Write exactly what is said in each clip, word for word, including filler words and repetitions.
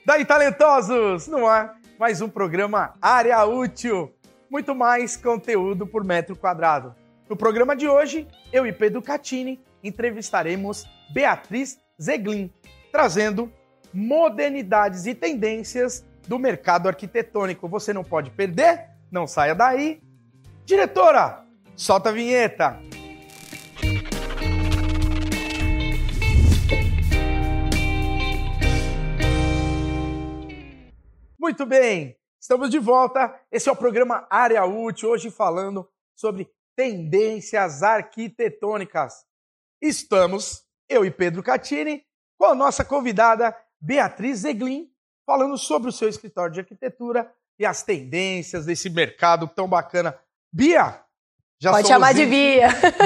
Daí, talentosos! No ar, mais um programa Área Útil. Muito mais conteúdo por metro quadrado. No programa de hoje, eu e Pedro Catini entrevistaremos Beatriz Zeglin, trazendo modernidades e tendências do mercado arquitetônico. Você não pode perder, não saia daí. Diretora, solta a vinheta! Muito bem, estamos de volta. Esse é o programa Área Útil, hoje falando sobre tendências arquitetônicas. Estamos, eu e Pedro Catini, com a nossa convidada Beatriz Zeglin, falando sobre o seu escritório de arquitetura e as tendências desse mercado tão bacana. Bia! Já Pode chamar de Bia.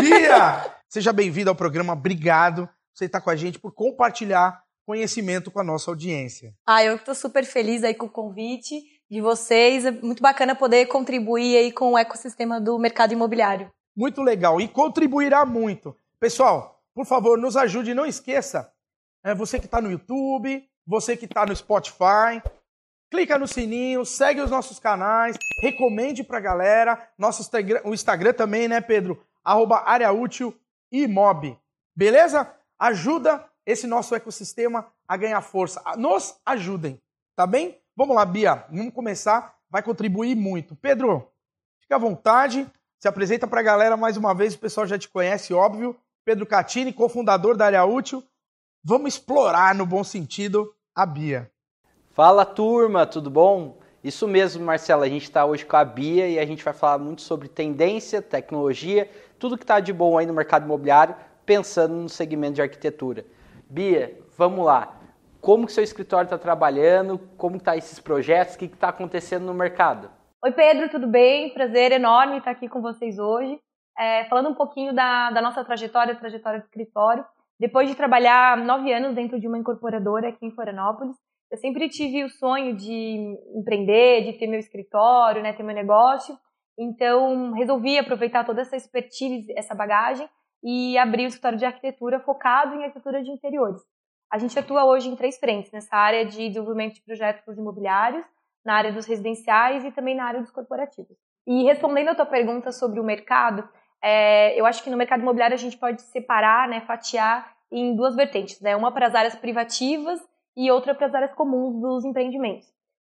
Bia! Seja bem-vinda ao programa, obrigado por você estar com a gente, por compartilhar conhecimento com a nossa audiência. Ah, eu estou super feliz aí com o convite de vocês. É muito bacana poder contribuir aí com o ecossistema do mercado imobiliário. Muito legal e contribuirá muito. Pessoal, por favor, nos ajude. Não esqueça, é, você que está no YouTube, você que está no Spotify, clica no sininho, segue os nossos canais, recomende para a galera. Nosso Instagram, o Instagram também, né, Pedro? Arroba Área Útil Imob. Beleza? Ajuda esse nosso ecossistema a ganhar força. Nos ajudem, tá bem? Vamos lá, Bia, vamos começar, vai contribuir muito. Pedro, fica à vontade, se apresenta para a galera mais uma vez, o pessoal já te conhece, óbvio. Pedro Catini, cofundador da Área Útil. Vamos explorar, no bom sentido, a Bia. Fala, turma, tudo bom? Isso mesmo, Marcelo, a gente está hoje com a Bia e a gente vai falar muito sobre tendência, tecnologia, tudo que está de bom aí no mercado imobiliário, pensando no segmento de arquitetura. Bia, vamos lá. Como que seu escritório está trabalhando? Como estão esses projetos? O que está acontecendo no mercado? Oi, Pedro, tudo bem? Prazer enorme estar aqui com vocês hoje. É, falando um pouquinho da, da nossa trajetória, trajetória do escritório. Depois de trabalhar nove anos dentro de uma incorporadora aqui em Florianópolis, eu sempre tive o sonho de empreender, de ter meu escritório, né, ter meu negócio. Então, resolvi aproveitar toda essa expertise, essa bagagem, e abrir o escritório de arquitetura focado em arquitetura de interiores. A gente atua hoje em três frentes, nessa área de desenvolvimento de projetos imobiliários, na área dos residenciais e também na área dos corporativos. E respondendo a tua pergunta sobre o mercado, é, eu acho que no mercado imobiliário a gente pode separar, né, fatiar em duas vertentes, né, uma para as áreas privativas e outra para as áreas comuns dos empreendimentos.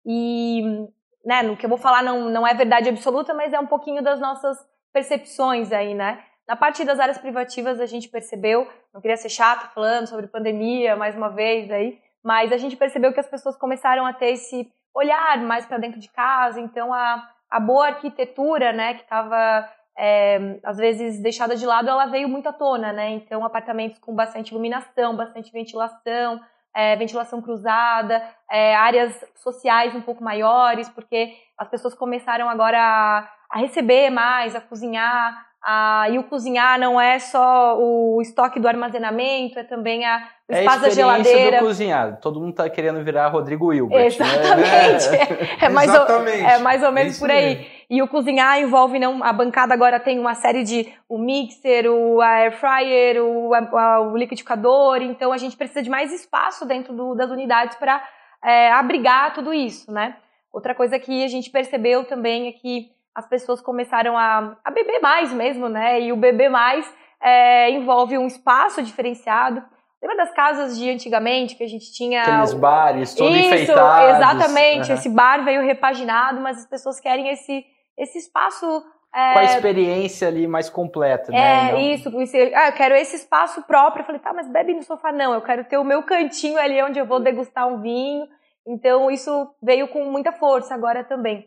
E, né, no que eu vou falar não, não é verdade absoluta, mas é um pouquinho das nossas percepções aí, né? Na parte das áreas privativas a gente percebeu, não queria ser chato falando sobre pandemia mais uma vez aí, mas a gente percebeu que as pessoas começaram a ter esse olhar mais para dentro de casa, então a, a boa arquitetura, né, que estava é, às vezes deixada de lado, ela veio muito à tona, né, então apartamentos com bastante iluminação, bastante ventilação, é, ventilação cruzada, é, áreas sociais um pouco maiores, porque as pessoas começaram agora a, a receber mais, a cozinhar. Ah, e o cozinhar não é só o estoque do armazenamento, é também a, o espaço é a da geladeira. Do cozinhar. Todo mundo está querendo virar Rodrigo Hilbert. Exatamente. Né? É, mais Exatamente. Ou, é mais ou menos Isso por aí. mesmo. E o cozinhar envolve, não, a bancada agora tem uma série de o mixer, o air fryer, o, a, o liquidificador, então a gente precisa de mais espaço dentro do, das unidades para é, abrigar tudo isso, né? Outra coisa que a gente percebeu também é que as pessoas começaram a, a beber mais mesmo, né? E o beber mais é, envolve um espaço diferenciado. Lembra das casas de antigamente que a gente tinha... Aqueles bares, todo Isso, enfeitados. Exatamente. Uhum. Esse bar veio repaginado, mas as pessoas querem esse, esse espaço... É, com a experiência ali mais completa, é, né? É, isso. Ah, eu quero esse espaço próprio. Eu falei, tá, mas bebe no sofá. Não, eu quero ter o meu cantinho ali onde eu vou degustar um vinho. Então, isso veio com muita força agora também.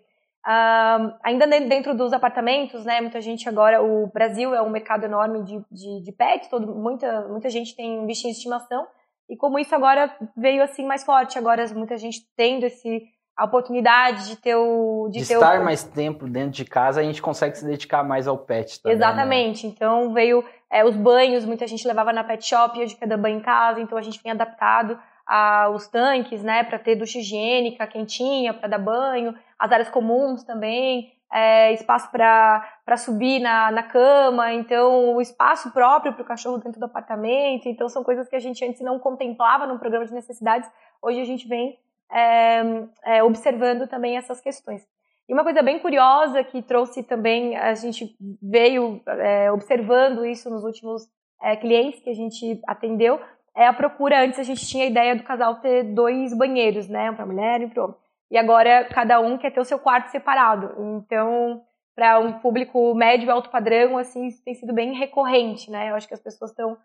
Uh, ainda dentro dos apartamentos, né, muita gente agora, o Brasil é um mercado enorme de, de, de pets, todo, muita, muita gente tem bichinho de estimação, e como isso agora veio assim mais forte, agora muita gente tendo esse, a oportunidade de ter o... De, de ter estar o... mais tempo dentro de casa, a gente consegue se dedicar mais ao pet também. Exatamente, né? Então veio é, os banhos, muita gente levava na pet shop, hoje cada banho em casa, então a gente vem adaptado aos tanques, né, para ter ducha higiênica, quentinha, para dar banho, as áreas comuns também, é, espaço para subir na, na cama, então o espaço próprio para o cachorro dentro do apartamento, então são coisas que a gente antes não contemplava no programa de necessidades, hoje a gente vem é, é, observando também essas questões. E uma coisa bem curiosa que trouxe também, a gente veio é, observando isso nos últimos é, clientes que a gente atendeu, é a procura. Antes a gente tinha a ideia do casal ter dois banheiros, né, um para a mulher e um para o homem. E agora cada um quer ter o seu quarto separado. Então, para um público médio e alto padrão, assim, isso tem sido bem recorrente, né? Eu acho que as pessoas estão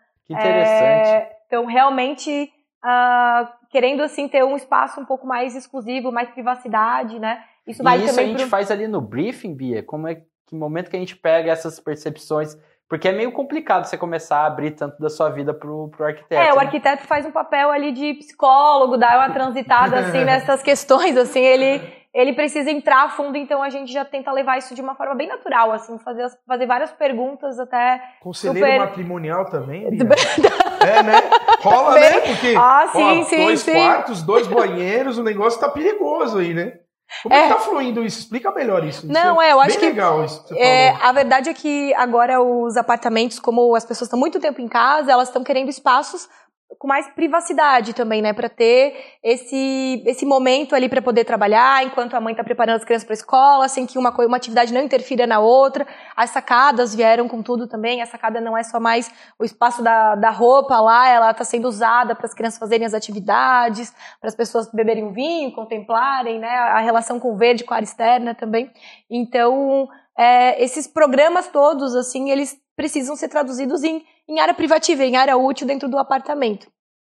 estão é, realmente uh, querendo assim ter um espaço um pouco mais exclusivo, mais privacidade, né? Isso, vale e isso também a gente pro... faz ali no briefing, Bia? Como é que momento que a gente pega essas percepções? Porque é meio complicado você começar a abrir tanto da sua vida pro, pro arquiteto. É, né? O arquiteto faz um papel ali de psicólogo, dá uma transitada assim nessas questões, assim, ele, ele precisa entrar a fundo, então a gente já tenta levar isso de uma forma bem natural, assim, fazer, fazer várias perguntas até... Conselheiro super... matrimonial também, Bia? É, né? Rola, bem... né? Porque ah, sim, ó, sim, dois sim. quartos, dois banheiros, o negócio tá perigoso aí, né? Como é que tá fluindo isso? Explica melhor isso. Não, isso é, eu acho bem que legal isso que você é, falou. A verdade é que agora os apartamentos, como as pessoas estão muito tempo em casa, elas estão querendo espaços com mais privacidade também, né, para ter esse esse momento ali para poder trabalhar enquanto a mãe está preparando as crianças para a escola, sem que uma uma atividade não interfira na outra. As sacadas vieram com tudo também. A sacada não é só mais o espaço da, da roupa lá, ela está sendo usada para as crianças fazerem as atividades, para as pessoas beberem um vinho, contemplarem, né, a relação com o verde, com a área externa também. Então, é, esses programas todos, assim, eles precisam ser traduzidos em, em área privativa, em área útil dentro do apartamento.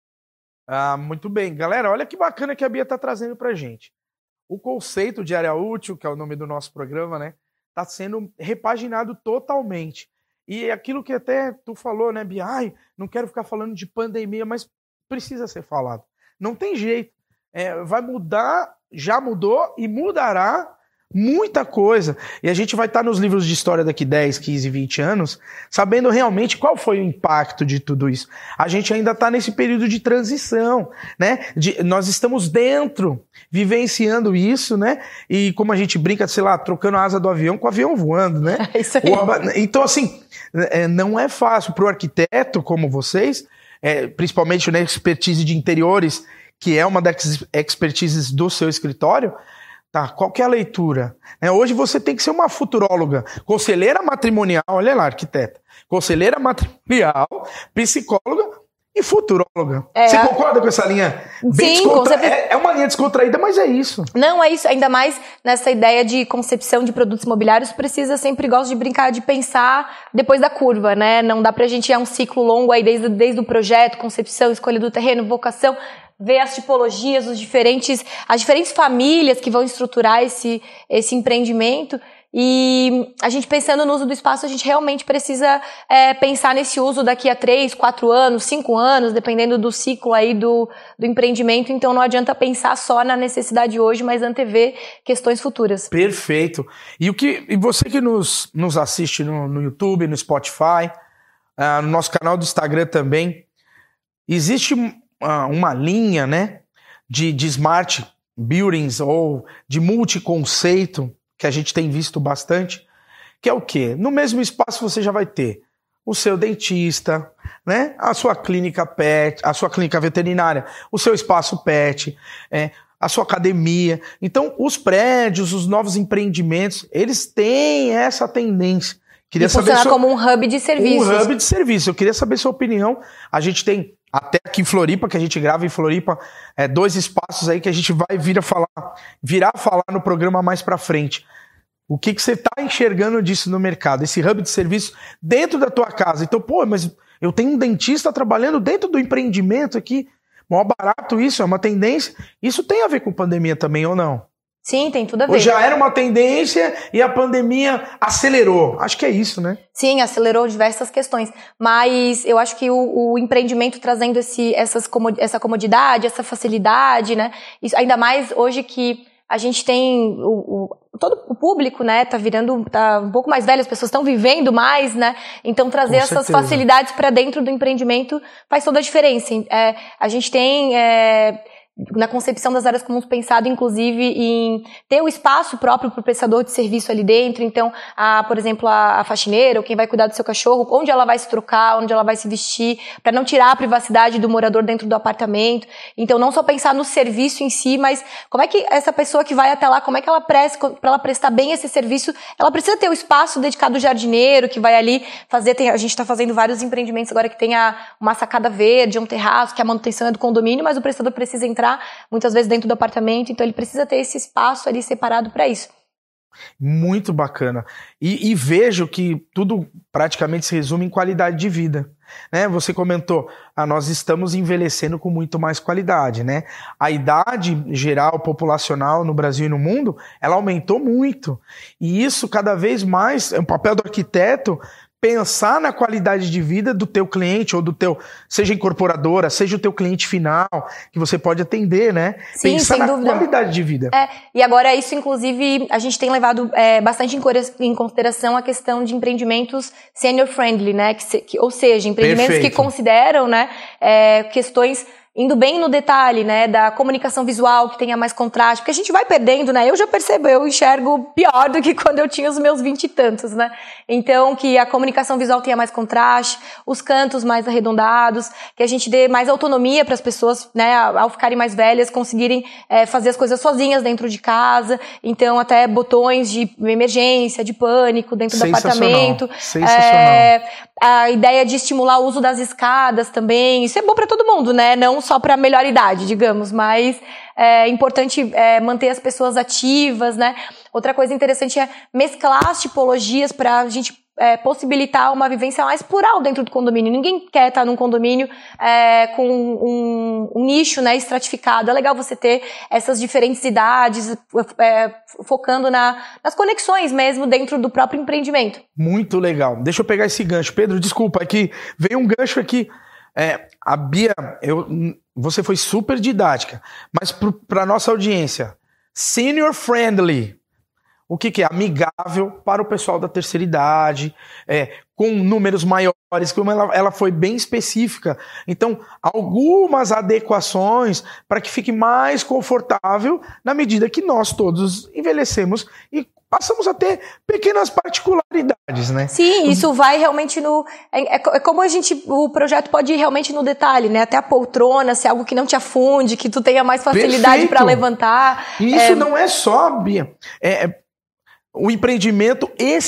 Ah, muito bem. Galera, olha que bacana que a Bia está trazendo pra gente. O conceito de área útil, que é o nome do nosso programa, né, está sendo repaginado totalmente. E aquilo que até tu falou, né, Bia, ai, não quero ficar falando de pandemia, mas precisa ser falado. Não tem jeito. É, vai mudar, já mudou e mudará muita coisa. E a gente vai estar nos livros de história daqui dez, quinze, vinte anos, sabendo realmente qual foi o impacto de tudo isso. A gente ainda está nesse período de transição, né? De, nós estamos dentro, vivenciando isso, né? E como a gente brinca, sei lá, trocando a asa do avião com o avião voando, né? É isso aí. O, então, assim, é, não é fácil para o arquiteto como vocês, é, principalmente na expertise de interiores, que é uma das expertises do seu escritório. Tá, qual que é a leitura? É, hoje você tem que ser uma futuróloga, conselheira matrimonial, olha lá, arquiteta, conselheira matrimonial, psicóloga e futuróloga. É. Você concorda com essa linha? Bem Sim, com certeza. É, é uma linha descontraída, mas é isso. Não, é isso, ainda mais nessa ideia de concepção de produtos imobiliários, precisa sempre, gosto de brincar, de pensar depois da curva, né? Não dá pra gente ir a um ciclo longo aí desde, desde o projeto, concepção, escolha do terreno, vocação, ver as tipologias, os diferentes, as diferentes famílias que vão estruturar esse, esse empreendimento. E a gente pensando no uso do espaço, a gente realmente precisa é, pensar nesse uso daqui a três, quatro anos, cinco anos, dependendo do ciclo aí do, do empreendimento. Então não adianta pensar só na necessidade hoje, mas antever questões futuras. Perfeito. E, o que, e você que nos, nos assiste no, no YouTube, no Spotify, uh, no nosso canal do Instagram também, existe uma linha, né, de, de smart buildings ou de multiconceito que a gente tem visto bastante, que é o quê? No mesmo espaço você já vai ter o seu dentista, né, a sua clínica pet, a sua clínica veterinária, o seu espaço pet, é, a sua academia. Então, os prédios, os novos empreendimentos, eles têm essa tendência. Queria e funciona saber como um hub de serviços. Um hub de serviço. Eu queria saber sua opinião. A gente tem até aqui em Floripa, que a gente grava em Floripa, é, dois espaços aí que a gente vai vir a falar, virar a falar no programa mais pra frente. O que, que você tá enxergando disso no mercado? Esse hub de serviço dentro da tua casa. Então, pô, mas eu tenho um dentista trabalhando dentro do empreendimento aqui. Mó barato isso, é uma tendência. Isso tem a ver com pandemia também ou não? Sim, tem tudo a ver. Ou já era uma tendência e a pandemia acelerou. Acho que é isso, né? Sim, acelerou diversas questões. Mas eu acho que o, o empreendimento trazendo esse, essas comod- essa comodidade, essa facilidade, né? Isso, ainda mais hoje que a gente tem o, o, todo o público, né? Tá virando, tá um pouco mais velho, as pessoas estão vivendo mais, né? Então trazer Com essas certeza. facilidades para dentro do empreendimento faz toda a diferença. É, a gente tem... É, na concepção das áreas comuns, pensado inclusive em ter o espaço próprio para o prestador de serviço ali dentro. Então, a, por exemplo, a, a faxineira ou quem vai cuidar do seu cachorro, onde ela vai se trocar, onde ela vai se vestir, para não tirar a privacidade do morador dentro do apartamento. Então, não só pensar no serviço em si, mas como é que essa pessoa que vai até lá, como é que ela presta, para ela prestar bem esse serviço, ela precisa ter o espaço dedicado ao jardineiro, que vai ali fazer, tem, a gente está fazendo vários empreendimentos agora que tem a, uma sacada verde, um terraço, que a manutenção é do condomínio, mas o prestador precisa entrar muitas vezes dentro do apartamento, então ele precisa ter esse espaço ali separado para isso. Muito bacana. E, e vejo que tudo praticamente se resume em qualidade de vida. Né? Você comentou, ah, nós estamos envelhecendo com muito mais qualidade. Né? A idade geral populacional no Brasil e no mundo, ela aumentou muito. E isso cada vez mais é um papel do arquiteto pensar na qualidade de vida do teu cliente ou do teu, seja incorporadora, seja o teu cliente final, que você pode atender, né? Sim, pensar sem na dúvida. qualidade de vida. É, e agora isso, inclusive, a gente tem levado é, bastante em consideração a questão de empreendimentos senior friendly, né? Que, se, que, ou seja, empreendimentos Perfeito. Que consideram, né, é, questões indo bem no detalhe, né, da comunicação visual, que tenha mais contraste, porque a gente vai perdendo, né, eu já percebo, eu enxergo pior do que quando eu tinha os meus vinte e tantos, né, então que a comunicação visual tenha mais contraste, os cantos mais arredondados, que a gente dê mais autonomia para as pessoas, né, ao ficarem mais velhas, conseguirem é, fazer as coisas sozinhas dentro de casa, então até botões de emergência, de pânico dentro do apartamento. Sensacional. É, a ideia de estimular o uso das escadas também, isso é bom para todo mundo, né, não só para melhor idade, digamos, mas é importante é, manter as pessoas ativas, né? Outra coisa interessante é mesclar as tipologias para a gente é, possibilitar uma vivência mais plural dentro do condomínio. Ninguém quer estar num condomínio é, com um, um nicho, né, estratificado. É legal você ter essas diferentes idades, é, focando na, nas conexões mesmo dentro do próprio empreendimento. Muito legal. Deixa eu pegar esse gancho. Pedro, desculpa, aqui veio um gancho aqui. É, a Bia, eu, você foi super didática, mas para a nossa audiência, senior friendly, o que, que é? Amigável para o pessoal da terceira idade, é, com números maiores, como ela, ela foi bem específica. Então, algumas adequações para que fique mais confortável na medida que nós todos envelhecemos e passamos a ter pequenas particularidades, né? Sim, isso vai realmente no... É, é como a gente... O projeto pode ir realmente no detalhe, né? Até a poltrona, se é algo que não te afunde, que tu tenha mais facilidade para levantar. E isso é... não é só, Bia, é... é o empreendimento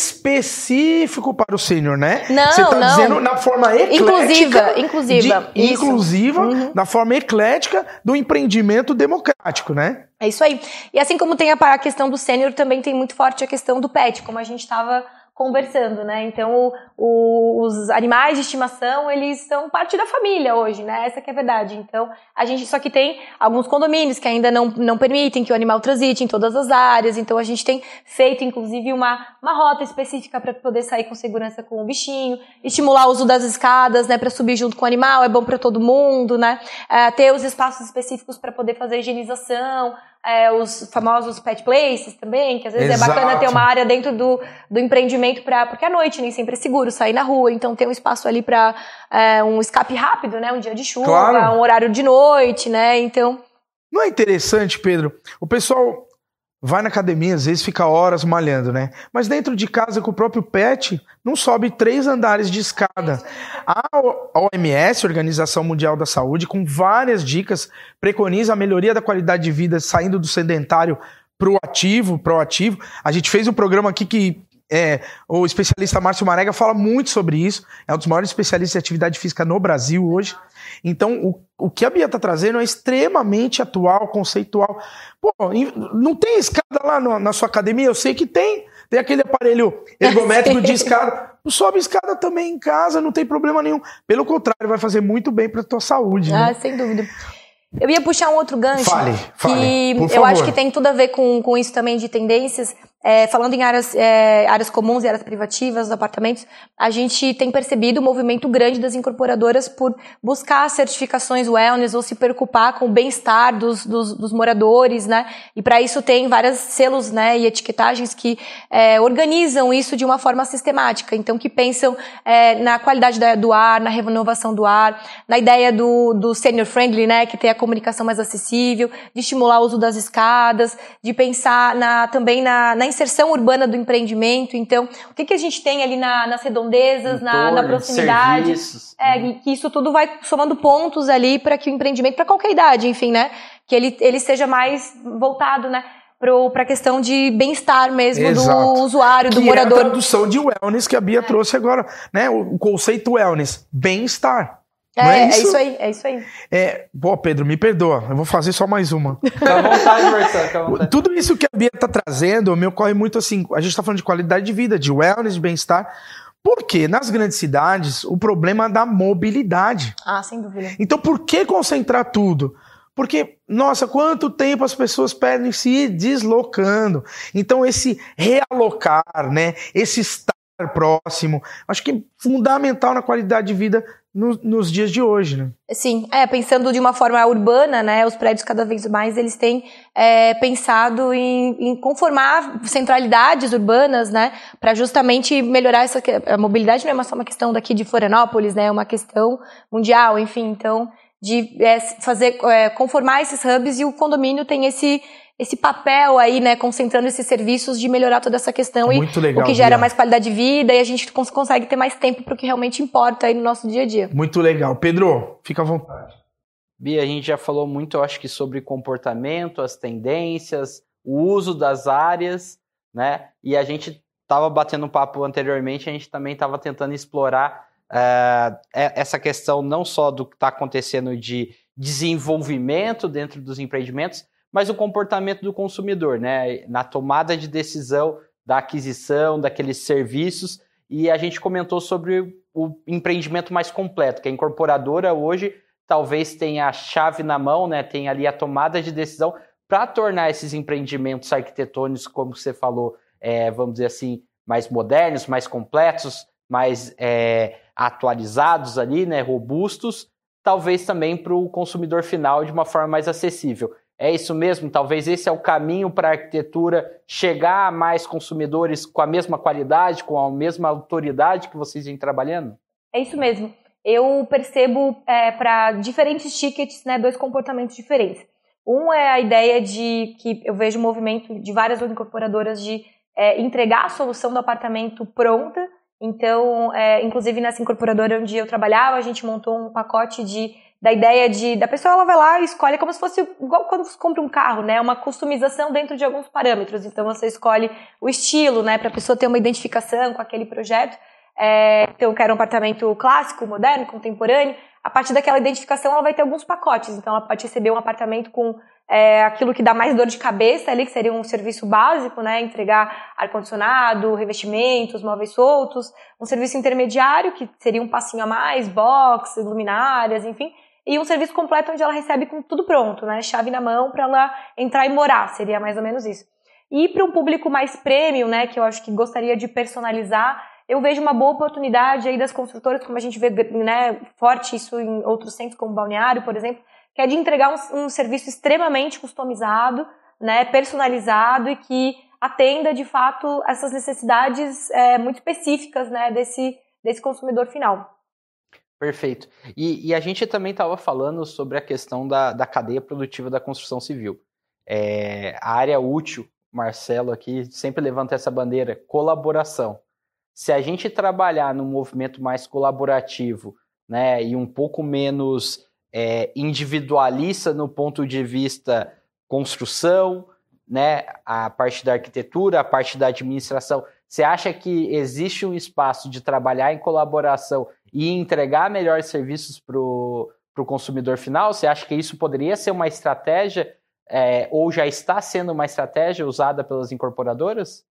específico para o sênior, né? Não, Você está não. dizendo na forma eclética. Inclusiva, inclusiva. De, inclusiva, uhum. Na forma eclética do empreendimento democrático, né? É isso aí. E assim como tem a questão do sênior, também tem muito forte a questão do pet, como a gente estava conversando, né? Então, o, o, os animais de estimação, eles são parte da família hoje, né? Essa que é a verdade. Então, a gente só que tem alguns condomínios que ainda não, não permitem que o animal transite em todas as áreas. Então, a gente tem feito, inclusive, uma, uma rota específica para poder sair com segurança com o bichinho, estimular o uso das escadas, né? Para subir junto com o animal, é bom para todo mundo, né? É, ter os espaços específicos para poder fazer higienização, É, os famosos pet places também, que às vezes Exato. É bacana ter uma área dentro do, do empreendimento, pra, porque à noite nem sempre é seguro sair na rua, então tem um espaço ali para é, um escape rápido, né, um dia de chuva, claro. Um horário de noite, né, então... Não é interessante, Pedro? O pessoal vai na academia, às vezes fica horas malhando, né? Mas dentro de casa, com o próprio pet, não sobe três andares de escada. A O M S, Organização Mundial da Saúde, com várias dicas, preconiza a melhoria da qualidade de vida saindo do sedentário pro ativo, proativo. A gente fez um programa aqui que é, o especialista Márcio Marega fala muito sobre isso. É um dos maiores especialistas em atividade física no Brasil hoje. Então, o, o que a Bia está trazendo é extremamente atual, conceitual. Pô, não tem escada lá no, na sua academia? Eu sei que tem. Tem aquele aparelho ergométrico de escada. Sobe escada também em casa, não tem problema nenhum. Pelo contrário, vai fazer muito bem para a tua saúde. Ah, né? Sem dúvida. Eu ia puxar um outro gancho. Fale, fale, que por eu favor. acho que tem tudo a ver com, com isso também de tendências. É, falando em áreas, é, áreas comuns e áreas privativas, os apartamentos, a gente tem percebido um movimento grande das incorporadoras por buscar certificações wellness ou se preocupar com o bem-estar dos, dos, dos moradores, né? E para isso tem vários selos, né, e etiquetagens que é, organizam isso de uma forma sistemática. Então, que pensam é, na qualidade da, do ar, na renovação do ar, na ideia do, do senior friendly, né, que tem a comunicação mais acessível, de estimular o uso das escadas, de pensar na, também na, na inserção urbana do empreendimento. Então, o que, que a gente tem ali na, nas redondezas, na, na proximidade, é, que isso tudo vai somando pontos ali para que o empreendimento, para qualquer idade, enfim, né, que ele, ele seja mais voltado, né, para a questão de bem-estar mesmo. Exato. Do usuário, do que morador. É a tradução de wellness que a Bia é. trouxe agora, né, o conceito wellness, bem-estar. É, é, isso? é isso aí, é isso aí. É, pô, Pedro, me perdoa, eu vou fazer só mais uma. Fica à vontade, Marcelo, fica à vontade. Tudo isso que a Bia tá trazendo, me ocorre muito assim, a gente tá falando de qualidade de vida, de wellness, de bem-estar, porque nas grandes cidades, o problema é da mobilidade. Ah, sem dúvida. Então, por que concentrar tudo? Porque, nossa, quanto tempo as pessoas perdem se ir deslocando. Então, esse realocar, né, esse estar próximo, acho que é fundamental na qualidade de vida no, nos dias de hoje, né? Sim, é, pensando de uma forma urbana, né, os prédios cada vez mais eles têm é, pensado em, em conformar centralidades urbanas, né, para justamente melhorar essa, a mobilidade não é só uma questão daqui de Florianópolis, né, é uma questão mundial, enfim, então, de é, fazer, é, conformar esses hubs, e o condomínio tem esse esse papel aí, né, concentrando esses serviços de melhorar toda essa questão. Muito e legal, o que gera Bia. mais qualidade de vida, e a gente cons- consegue ter mais tempo para o que realmente importa aí no nosso dia a dia. Muito legal. Pedro, fica à vontade. Bia, a gente já falou muito, eu acho que sobre comportamento, as tendências, o uso das áreas, né, e a gente estava batendo um papo anteriormente, a gente também estava tentando explorar uh, essa questão não só do que está acontecendo de desenvolvimento dentro dos empreendimentos, mas o comportamento do consumidor, né? Na tomada de decisão da aquisição daqueles serviços, e a gente comentou sobre o empreendimento mais completo, que a incorporadora hoje talvez tenha a chave na mão, né? Tem ali a tomada de decisão para tornar esses empreendimentos arquitetônicos, como você falou, é, vamos dizer assim, mais modernos, mais completos, mais é, atualizados ali, né? Robustos, talvez também para o consumidor final de uma forma mais acessível. É isso mesmo? Talvez esse é o caminho para a arquitetura chegar a mais consumidores com a mesma qualidade, com a mesma autoridade que vocês vêm trabalhando? É isso mesmo. Eu percebo é, para diferentes tickets, né, dois comportamentos diferentes. Um é a ideia de que eu vejo um movimento de várias incorporadoras de é, entregar a solução do apartamento pronta. Então, é, inclusive nessa incorporadora onde eu trabalhava, a gente montou um pacote de da ideia de, da pessoa, ela vai lá e escolhe como se fosse igual quando você compra um carro, né, uma customização dentro de alguns parâmetros. Então você escolhe o estilo, né, para a pessoa ter uma identificação com aquele projeto. É, então eu quero um apartamento clássico, moderno, contemporâneo. A partir daquela identificação ela vai ter alguns pacotes. Então ela pode receber um apartamento com é, aquilo que dá mais dor de cabeça ali, que seria um serviço básico, né, entregar ar-condicionado, revestimentos, móveis soltos. Um serviço intermediário, que seria um passinho a mais, box, luminárias, enfim. E um serviço completo onde ela recebe com tudo pronto, né? Chave na mão para ela entrar e morar, seria mais ou menos isso. E para um público mais premium, né, que eu acho que gostaria de personalizar, eu vejo uma boa oportunidade aí das construtoras, como a gente vê, né, forte isso em outros centros, como Balneário, por exemplo, que é de entregar um, um serviço extremamente customizado, né, personalizado, e que atenda, de fato, essas necessidades é, muito específicas, né, desse, desse consumidor final. Perfeito. E, e a gente também estava falando sobre a questão da, da cadeia produtiva da construção civil. É, a área útil, Marcelo aqui sempre levanta essa bandeira, colaboração. Se a gente trabalhar num movimento mais colaborativo, né, e um pouco menos é, individualista no ponto de vista construção, né, a parte da arquitetura, a parte da administração, você acha que existe um espaço de trabalhar em colaboração e entregar melhores serviços para o consumidor final? Você acha que isso poderia ser uma estratégia, é, ou já está sendo uma estratégia usada pelas incorporadoras?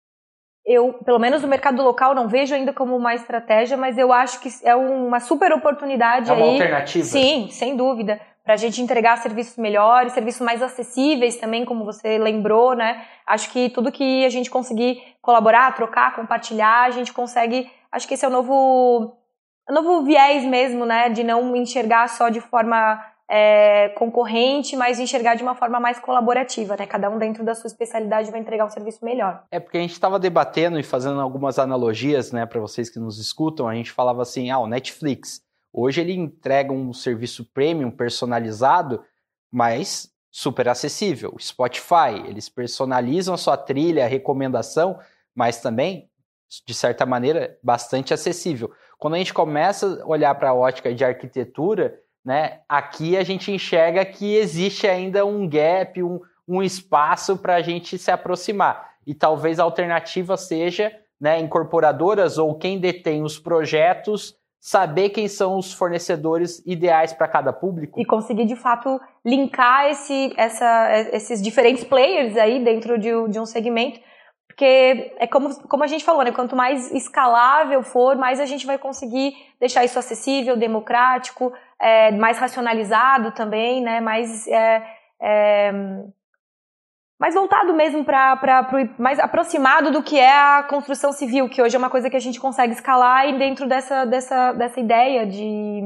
Eu, pelo menos no mercado local, não vejo ainda como uma estratégia, mas eu acho que é uma super oportunidade. É uma aí, alternativa? Sim, sem dúvida. para a gente entregar serviços melhores, serviços mais acessíveis também, como você lembrou, né? Acho que tudo que a gente conseguir colaborar, trocar, compartilhar, a gente consegue, acho que esse é o novo, o novo viés mesmo, né? De não enxergar só de forma é, concorrente, mas enxergar de uma forma mais colaborativa, né? Cada um dentro da sua especialidade vai entregar um serviço melhor. É porque a gente estava debatendo e fazendo algumas analogias, né, para vocês que nos escutam, a gente falava assim, ah, o Netflix, hoje ele entrega um serviço premium personalizado, mas super acessível. O Spotify, eles personalizam a sua trilha, a recomendação, mas também, de certa maneira, bastante acessível. Quando a gente começa a olhar para a ótica de arquitetura, né, aqui a gente enxerga que existe ainda um gap, um, um espaço para a gente se aproximar. E talvez a alternativa seja, né, incorporadoras ou quem detém os projetos saber quem são os fornecedores ideais para cada público. E conseguir, de fato, linkar esse, essa, esses diferentes players aí dentro de, de um segmento. Porque é como, como a gente falou, né? Quanto mais escalável for, mais a gente vai conseguir deixar isso acessível, democrático, é, mais racionalizado também, né? Mais, é, é, mais voltado mesmo para mais aproximado do que é a construção civil, que hoje é uma coisa que a gente consegue escalar e dentro dessa, dessa, dessa ideia de...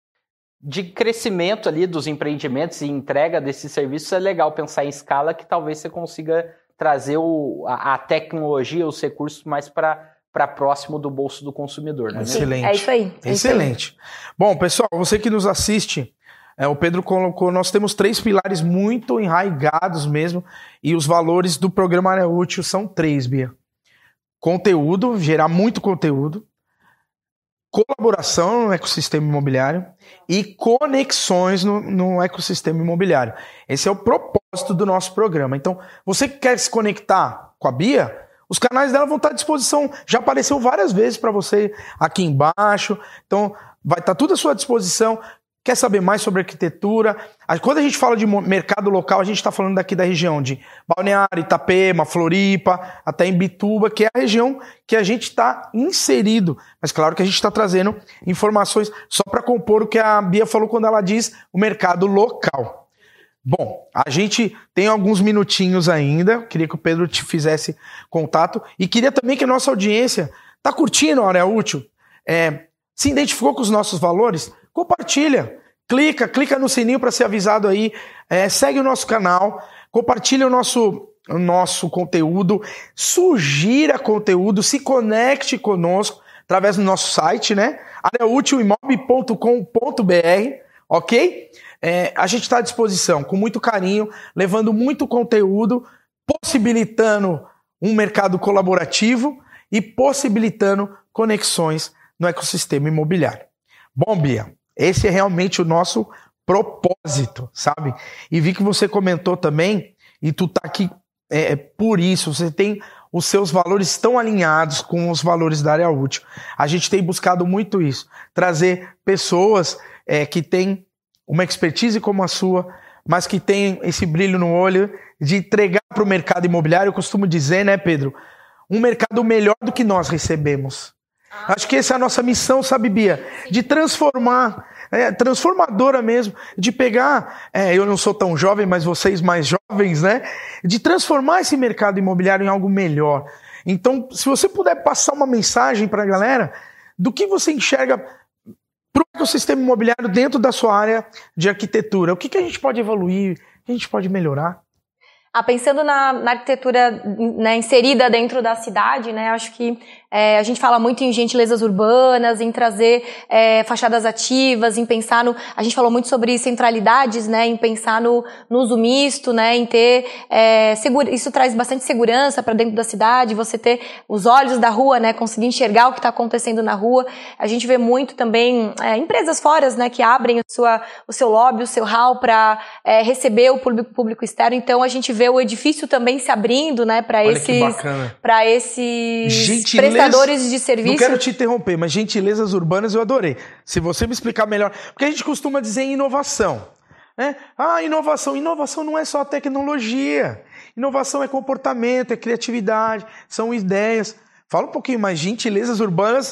de crescimento ali dos empreendimentos e entrega desses serviços, é legal pensar em escala que talvez você consiga trazer o, a, a tecnologia, os recursos mais para próximo do bolso do consumidor. Né? Excelente. É isso aí. É Excelente. isso aí. Bom, pessoal, você que nos assiste, é, o Pedro colocou, nós temos três pilares muito enraigados mesmo, e os valores do programa Área Útil são três, Bia. Conteúdo, gerar muito conteúdo, colaboração no ecossistema imobiliário e conexões no, no ecossistema imobiliário. Esse é o propósito do nosso programa. Então, você que quer se conectar com a Bia, os canais dela vão estar à disposição. Já apareceu várias vezes para você aqui embaixo. Então, vai estar tudo à sua disposição. Quer saber mais sobre arquitetura? Quando a gente fala de mercado local, a gente está falando daqui da região de Balneário, Itapema, Floripa, até Imbituba, que é a região que a gente está inserido. Mas claro que a gente está trazendo informações só para compor o que a Bia falou quando ela diz o mercado local. Bom, a gente tem alguns minutinhos ainda, queria que o Pedro te fizesse contato e queria também que a nossa audiência está curtindo a Área Útil, é, se identificou com os nossos valores, compartilha, clica, clica no sininho para ser avisado aí, é, segue o nosso canal, compartilha o nosso, o nosso conteúdo, sugira conteúdo, se conecte conosco através do nosso site, né? área útil imob ponto com ponto br, ok? É, a gente está à disposição, com muito carinho, levando muito conteúdo, possibilitando um mercado colaborativo e possibilitando conexões no ecossistema imobiliário. Bom, Bia, esse é realmente o nosso propósito, sabe? E vi que você comentou também, e tu tá aqui é, por isso, você tem os seus valores estão alinhados com os valores da Área Útil. A gente tem buscado muito isso, trazer pessoas é, que têm uma expertise como a sua, mas que têm esse brilho no olho de entregar para o mercado imobiliário, eu costumo dizer, né, Pedro, um mercado melhor do que nós recebemos. Acho que essa é a nossa missão, sabe, Bia? De transformar, é, transformadora mesmo, de pegar, é, eu não sou tão jovem, mas vocês mais jovens, né? De transformar esse mercado imobiliário em algo melhor. Então, se você puder passar uma mensagem para a galera do que você enxerga para o ecossistema imobiliário dentro da sua área de arquitetura, o que, que a gente pode evoluir, o que a gente pode melhorar? Ah, pensando na, na arquitetura, né, inserida dentro da cidade, né, acho que é, a gente fala muito em gentilezas urbanas, em trazer é, fachadas ativas, em pensar no... A gente falou muito sobre centralidades, né, em pensar no, no uso misto, né, em ter... É, segura, isso traz bastante segurança para dentro da cidade, você ter os olhos da rua, né, conseguir enxergar o que está acontecendo na rua. A gente vê muito também é, empresas fora, né, que abrem a sua, o seu lobby, o seu hall para é, receber o público, público externo. Então, a gente vê o edifício também se abrindo, né, para esses, para esses prestadores de serviço. Não quero te interromper, mas gentilezas urbanas eu adorei. Se você me explicar melhor, porque a gente costuma dizer inovação, né? Ah, inovação, inovação não é só tecnologia. Inovação é comportamento, é criatividade, são ideias. Fala um pouquinho mais, gentilezas urbanas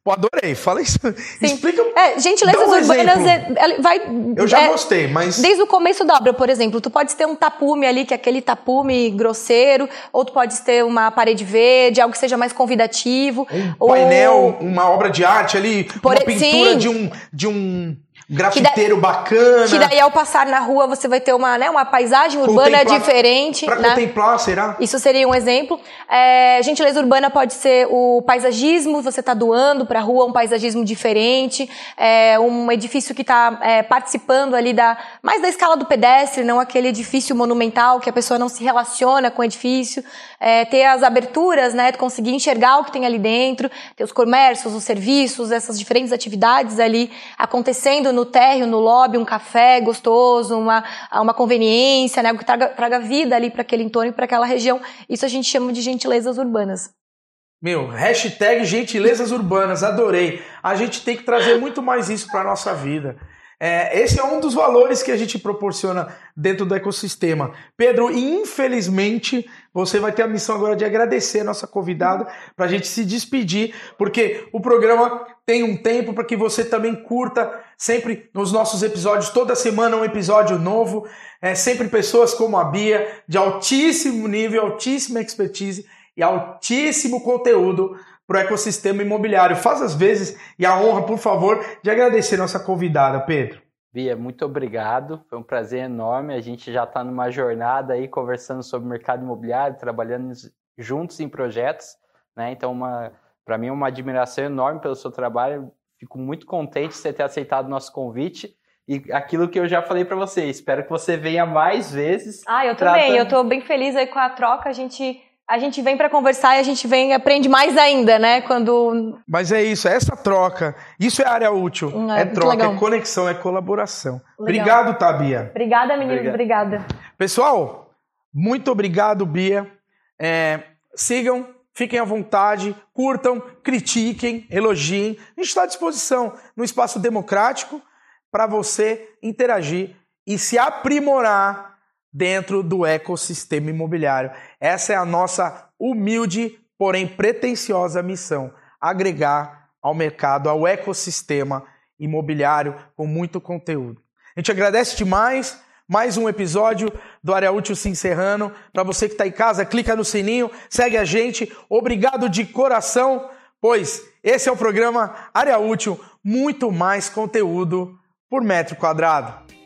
Pô, adorei, fala isso. Sim. Explica. É, gentilezas um urbanas é, vai. Eu já é, gostei, mas. Desde o começo da obra, por exemplo, tu pode ter um tapume ali, que é aquele tapume grosseiro, ou tu pode ter uma parede verde, algo que seja mais convidativo. Um ou... painel, uma obra de arte ali, por... uma pintura Sim. de um. De um... grafiteiro da, bacana. Que daí ao passar na rua você vai ter uma, né, uma paisagem urbana contemplar, diferente. Para né? contemplar, será? Isso seria um exemplo. É, gentileza urbana pode ser o paisagismo, você está doando para a rua um paisagismo diferente, é, um edifício que está é, participando ali da, mais da escala do pedestre, não aquele edifício monumental que a pessoa não se relaciona com o edifício. É, ter as aberturas, né, conseguir enxergar o que tem ali dentro, ter os comércios, os serviços, essas diferentes atividades ali acontecendo no térreo, no lobby, um café gostoso, uma, uma conveniência, né, algo que traga, traga vida ali para aquele entorno e para aquela região. Isso a gente chama de gentilezas urbanas. Meu, hashtag gentilezas urbanas, adorei. A gente tem que trazer muito mais isso para a nossa vida. É, esse é um dos valores que a gente proporciona dentro do ecossistema. Pedro, infelizmente, você vai ter a missão agora de agradecer a nossa convidada para a gente se despedir, porque o programa tem um tempo para que você também curta sempre nos nossos episódios, toda semana um episódio novo, é, sempre pessoas como a Bia, de altíssimo nível, altíssima expertise e altíssimo conteúdo para o ecossistema imobiliário. Faz as vezes e a honra, por favor, de agradecer nossa convidada, Pedro. Bia, muito obrigado. Foi um prazer enorme. A gente já está numa jornada aí conversando sobre o mercado imobiliário, trabalhando juntos em projetos, né? Então, para mim, é uma admiração enorme pelo seu trabalho. Fico muito contente de você ter aceitado o nosso convite. E aquilo que eu já falei para você, espero que você venha mais vezes. Ah, eu também. Tratando... Eu estou bem feliz aí com a troca. A gente... A gente vem para conversar e a gente vem e aprende mais ainda, né? Quando... Mas é isso, é essa troca. Isso é área útil. Hum, é, é troca, legal. É conexão, é colaboração. Legal. Obrigado, tá, Bia? Obrigada, meninos. Obrigada. Pessoal, muito obrigado, Bia. É, sigam, fiquem à vontade, curtam, critiquem, elogiem. A gente está à disposição no espaço democrático para você interagir e se aprimorar dentro do ecossistema imobiliário. Essa é a nossa humilde, porém pretensiosa missão, agregar ao mercado, ao ecossistema imobiliário com muito conteúdo. A gente agradece demais, mais um episódio do Área Útil se encerrando. Para você que está em casa, clica no sininho, segue a gente. Obrigado de coração, pois esse é o programa Área Útil, muito mais conteúdo por metro quadrado.